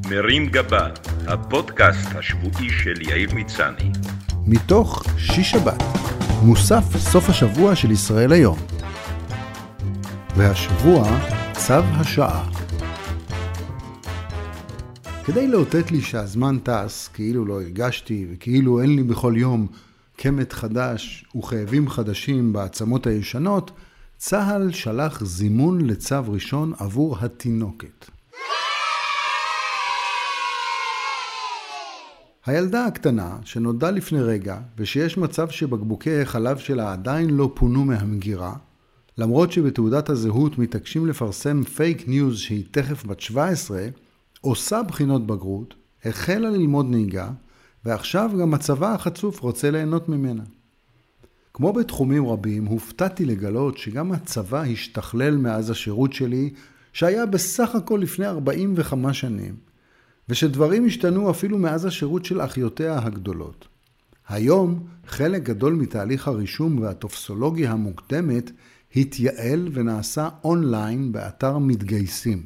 מרים גבה, הפודקאסט השבועי של יאיר מצני. מתוך שיש שבת, מוסף סוף השבוע של ישראל היום. והשבוע, צו השעה. כדי לאותת לי שהזמן טס, כאילו לא הרגשתי וכאילו אין לי בכל יום קמת חדש וכאבים חדשים בעצמות הישנות, צהל שלח זימון לצו ראשון עבור התינוקת. הילדה הקטנה שנולדה לפני רגע ושיש מצב שבקבוקי חלב שלה עדיין לא פונו מהמגירה, למרות שבתעודת הזהות מתעקשים לפרסם פייק ניוז שהיא תכף בת 17, עושה בחינות בגרות, החלה ללמוד נהיגה, ועכשיו גם הצבא החצוף רוצה ליהנות ממנה. כמו בתחומים רבים, הופתעתי לגלות שגם הצבא השתכלל מאז השירות שלי, שהיה בסך הכל לפני 45 שנים, ושדברים השתנו אפילו מאז השירות של אחיותיה הגדולות. היום, חלק גדול מתהליך הרישום והטופסולוגיה המוקדמת התייעל ונעשה אונליין באתר מתגייסים.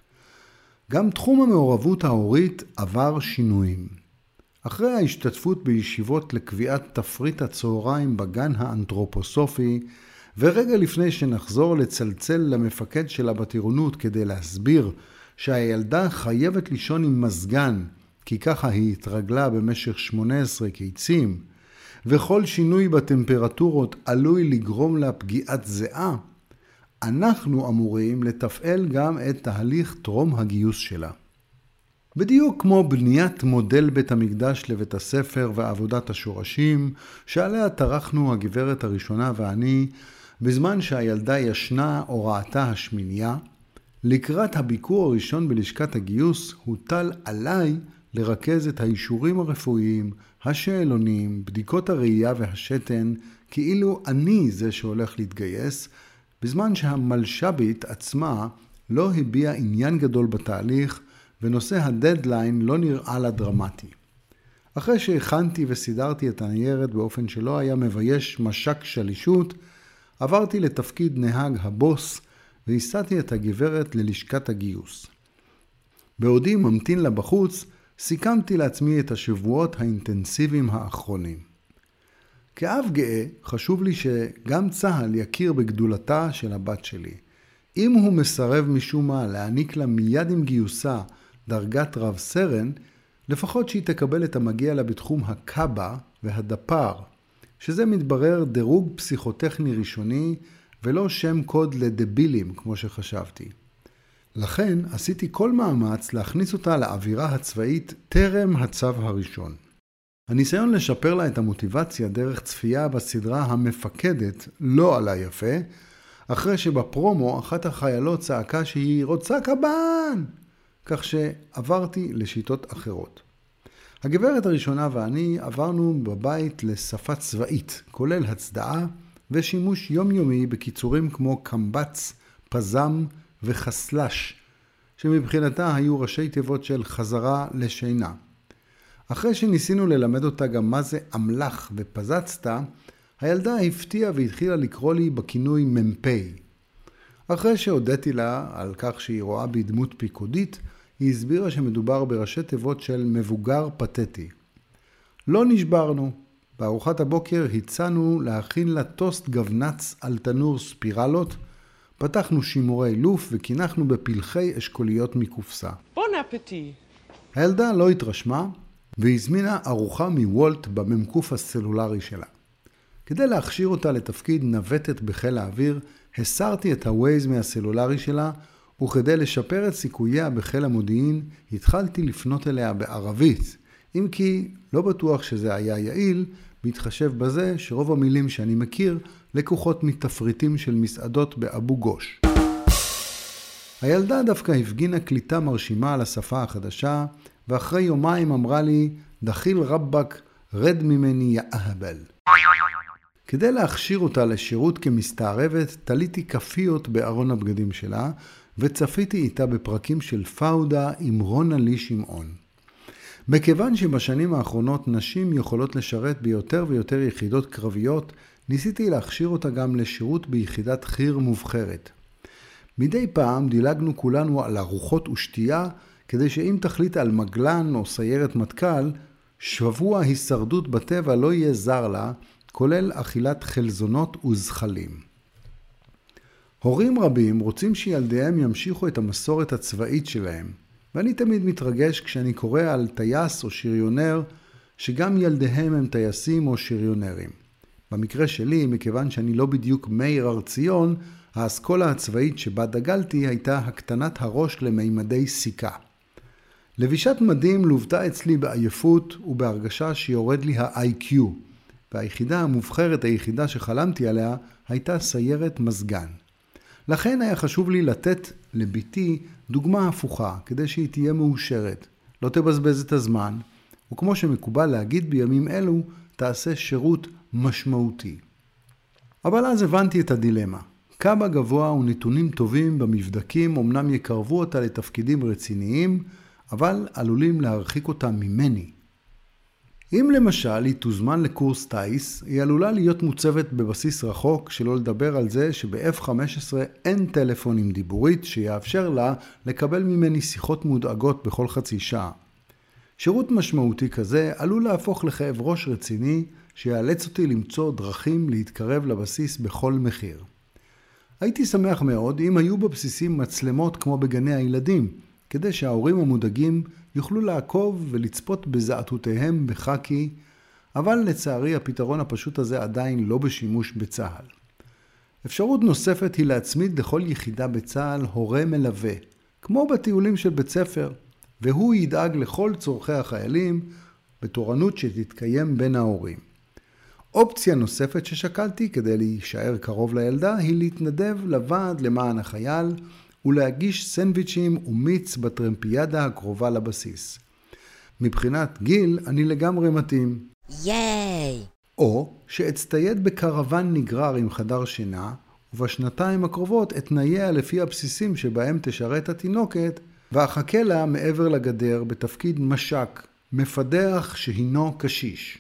גם תחום המעורבות ההורית עבר שינויים. אחרי ההשתתפות בישיבות לקביעת תפריט הצהריים בגן האנתרופוסופי, ורגע לפני שנחזור לצלצל למפקד שלה בטירונות כדי להסביר שהילדה חייבת לישון עם מזגן, כי ככה היא התרגלה במשך 18 קיצים, וכל שינוי בטמפרטורות עלוי לגרום לה פגיעת זיעה, אנחנו אמורים לתפעל גם את תהליך טרום הגיוס שלה. בדיוק כמו בניית מודל בית המקדש לבית הספר ועבודת השורשים, שעליה טרחנו הגברת הראשונה ואני, בזמן שהילדה ישנה או ראתה השמיניה, לקראת הביקור הראשון בלשכת הגיוס הוטל עליי לרכז את האישורים הרפואיים, השאלונים, בדיקות הראייה והשתן, כאילו אני זה שהולך להתגייס, בזמן שהמלשבית עצמה לא הביעה עניין גדול בתהליך, ונושא הדדליין לא נראה לה דרמטי. אחרי שהכנתי וסידרתי את הניירת באופן שלא היה מבייש משק שלישות, עברתי לתפקיד נהג הבוס, והסעתי את הגברת ללשכת הגיוס. בעודי ממתין לה בחוץ, סיכמתי לעצמי את השבועות האינטנסיביים האחרונים. כאב גאה, חשוב לי שגם צהל יכיר בגדולתה של הבת שלי. אם הוא מסרב משום מה להעניק לה מיד עם גיוסה דרגת רב סרן, לפחות שהיא תקבל את המגיע לה בתחום הקאבה והדפר, שזה מתברר דירוג פסיכוטכני ראשוני, ולא שם קוד לדבילים כמו שחשבתי. לכן עשיתי כל מאמץ להכניס אותה לאווירה הצבאית טרם הצו הראשון. הניסיון לשפר לה את המוטיבציה דרך צפייה בסדרה המפקדת לא עלה יפה, אחרי שבפרומו אחת החיילות צעקה שהיא רוצה קב"ן, כך שעברתי לשיטות אחרות. הגברת הראשונה ואני עברנו בבית לשפה צבאית, כולל הצדעה ושימוש יומיומי בקיצורים כמו קמבץ, פזם וחסלש, שמבחינתה היו ראשי תיבות של חזרה לשינה. אחרי שניסינו ללמד אותה גם מה זה אמלח ופזצת, הילדה הפתיעה והתחילה לקרוא לי בכינוי ממפי. אחרי שהודיתי לה על כך שהיא רואה בי דמות פיקודית, היא הסבירה שמדובר בראשי תיבות של מבוגר פתטי. לא נשברנו. בארוחת הבוקר הצענו להכין לה טוסט גבנץ על תנור ספירלות, פתחנו שימורי לוף וקינחנו בפלחי אשכוליות מקופסה. בון אפטי. הילדה לא התרשמה והזמינה ארוחה מוולט בממקוף הסלולרי שלה. כדי להכשיר אותה לתפקיד נווטת בחיל האוויר, הסרתי את הווייז מהסלולרי שלה, וכדי לשפר את סיכוייה בחיל המודיעין, התחלתי לפנות אליה בערבית, אם כי לא בטוח שזה היה יעיל, בהתחשב בזה שרוב המילים שאני מכיר לקוחות מתפריטים של מסעדות באבו גוש. הילדה דווקא הפגינה קליטה מרשימה על השפה החדשה, ואחרי יומיים אמרה לי, דחיל רבק, רד ממני יא אהבל. כדי להכשיר אותה לשירות כמסתערבת, תליתי כפיות בארון הבגדים שלה, וצפיתי איתה בפרקים של פאודה עם רונה לי שמעון. מכיוון שבשנים האחרונות נשים יכולות לשרת ביותר ויותר יחידות קרביות, ניסיתי להכשיר אותה גם לשירות ביחידת חי"ר מובחרת. מדי פעם דילגנו כולנו על ארוחות ושתייה, כדי שאם תחליט על מגלן או סיירת מטכ"ל, שבוע הישרדות בטבע לא יהיה זר לה, כולל אכילת חלזונות וזחלים. הורים רבים רוצים שילדיהם ימשיכו את המסורת הצבאית שלהם, ואני תמיד מתרגש כשאני קורא על טייס או שריונר, שגם ילדיהם הם טייסים או שריונרים. במקרה שלי, מכיוון שאני לא בדיוק מאיר ארציון, האסכולה הצבאית שבה דגלתי הייתה הקטנת הראש למימדי סיכה. לבישת מדים לובטה אצלי בעייפות ובהרגשה שיורד לי ה-IQ, והיחידה המובחרת היחידה שחלמתי עליה הייתה סיירת מזגן. לכן היה חשוב לי לתת לביתי דוגמה הפוכה, כדי שהיא תהיה מאושרת, לא תבזבז את הזמן, וכמו שמקובל להגיד בימים אלו, תעשה שירות משמעותי. אבל אז הבנתי את הדילמה. קב"א גבוה ונתונים טובים במבדקים אמנם יקרבו אותה לתפקידים רציניים, אבל עלולים להרחיק אותה ממני. אם למשל היא תוזמן לקורס טייס, היא עלולה להיות מוצבת בבסיס רחוק, שלא לדבר על זה שב-F-15 אין טלפון עם דיבורית שיאפשר לה לקבל ממני שיחות מודאגות בכל חצי שעה. שירות משמעותי כזה עלול להפוך לכאב ראש רציני שיאלץ אותי למצוא דרכים להתקרב לבסיס בכל מחיר. הייתי שמח מאוד אם היו בבסיסים מצלמות כמו בגני הילדים, כדי שההורים המודאגים יוכלו לעקוב ולצפות בזעתותיהם בחקי, אבל לצערי הפתרון הפשוט הזה עדיין לא בשימוש בצה"ל. אפשרות נוספת היא להצמיד לכל יחידה בצה"ל הורה מלווה, כמו בטיולים של בית ספר, והוא ידאג לכל צורכי החיילים בתורנות שתתקיים בין ההורים. אופציה נוספת ששקלתי כדי להישאר קרוב לילדה היא להתנדב לוועד למען החייל ולהגיש סנדוויצ'ים ומיץ בטרמפיאדה הקרובה לבסיס. מבחינת גיל אני לגמרי מתאים. ייי! או שאצטייד בקרוון נגרר עם חדר שינה, ובשנתיים הקרובות אתנייע לפי הבסיסים שבהם תשרת התינוקת, ואחכה לה מעבר לגדר בתפקיד משק, מפדח שהינו קשיש.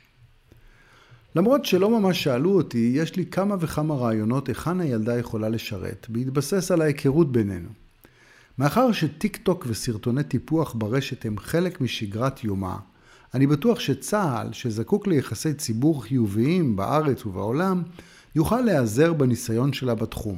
למרות שלא ממש שאלו אותי, יש לי כמה וכמה רעיונות היכן הילדה יכולה לשרת, בהתבסס על ההיכרות בינינו. מאחר שטיק טוק וסרטוני טיפוח ברשת הם חלק משגרת יומה, אני בטוח שצה"ל, שזקוק ליחסי ציבור חיוביים בארץ ובעולם, יוכל להיעזר בניסיון שלה בתחום.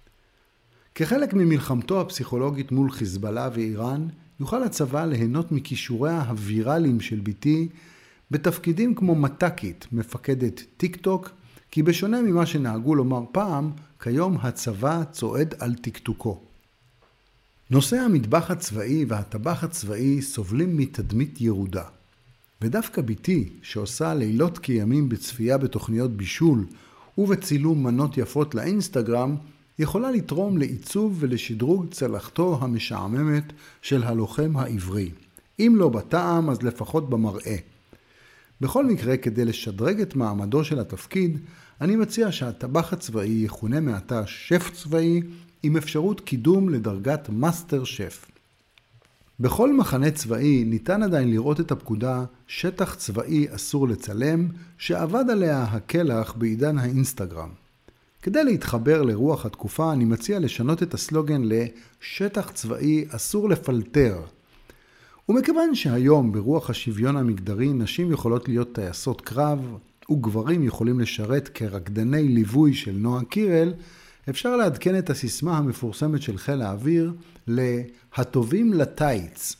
כחלק ממלחמתו הפסיכולוגית מול חיזבאללה ואיראן, יוכל הצבא ליהנות מכישוריה הווירליים של ביתי, בתפקידים כמו מתקית, מפקדת טיק טוק, כי בשונה ממה שנהגו לומר פעם, כיום הצבא צועד על טיקטוקו. נושא המטבח הצבאי והטבח הצבאי סובלים מתדמית ירודה. ודווקא ביתי, שעושה לילות כימים בצפייה בתוכניות בישול ובצילום מנות יפות לאינסטגרם, יכולה לתרום לעיצוב ולשדרוג צלחתו המשעממת של הלוחם העברי. אם לא בטעם, אז לפחות במראה. בכל מקרה, כדי לשדרג את מעמדו של התפקיד, אני מציע שהטבח הצבאי יכונה מעתה שף צבאי, עם אפשרות קידום לדרגת מאסטר שף. בכל מחנה צבאי ניתן עדיין לראות את הפקודה שטח צבאי אסור לצלם, שעבד עליה הקלח בעידן האינסטגרם. כדי להתחבר לרוח התקופה, אני מציע לשנות את הסלוגן לשטח צבאי אסור לפלטר. ומכיוון שהיום ברוח השוויון המגדרי נשים יכולות להיות טייסות קרב וגברים יכולים לשרת כרקדני ליווי של נועה קירל, אפשר לעדכן את הסיסמה המפורסמת של חיל האוויר ל"הטובים לטייץ".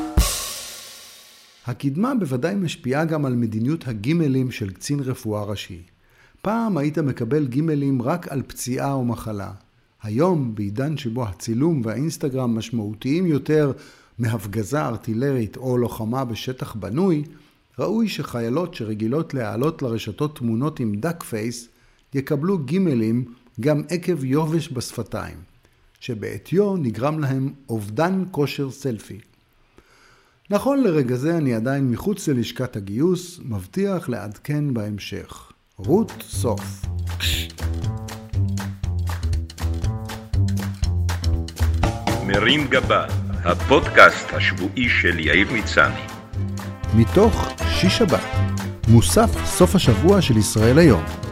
הקדמה בוודאי משפיעה גם על מדיניות הגימלים של קצין רפואה ראשי. פעם היית מקבל גימלים רק על פציעה או מחלה. היום, בעידן שבו הצילום והאינסטגרם משמעותיים יותר מהפגזה ארטילרית או לוחמה בשטח בנוי, ראוי שחיילות שרגילות להעלות לרשתות תמונות עם דק פייס יקבלו גימלים גם עקב יובש בשפתיים, שבעטיו נגרם להם אובדן כושר סלפי. נכון לרגע זה אני עדיין מחוץ ללשכת הגיוס, מבטיח לעדכן בהמשך. רות סוף. מרים גבה, הפודקאסט השבועי של יאיר מצני. מתוך שיש שבת, מוסף סוף השבוע של ישראל היום.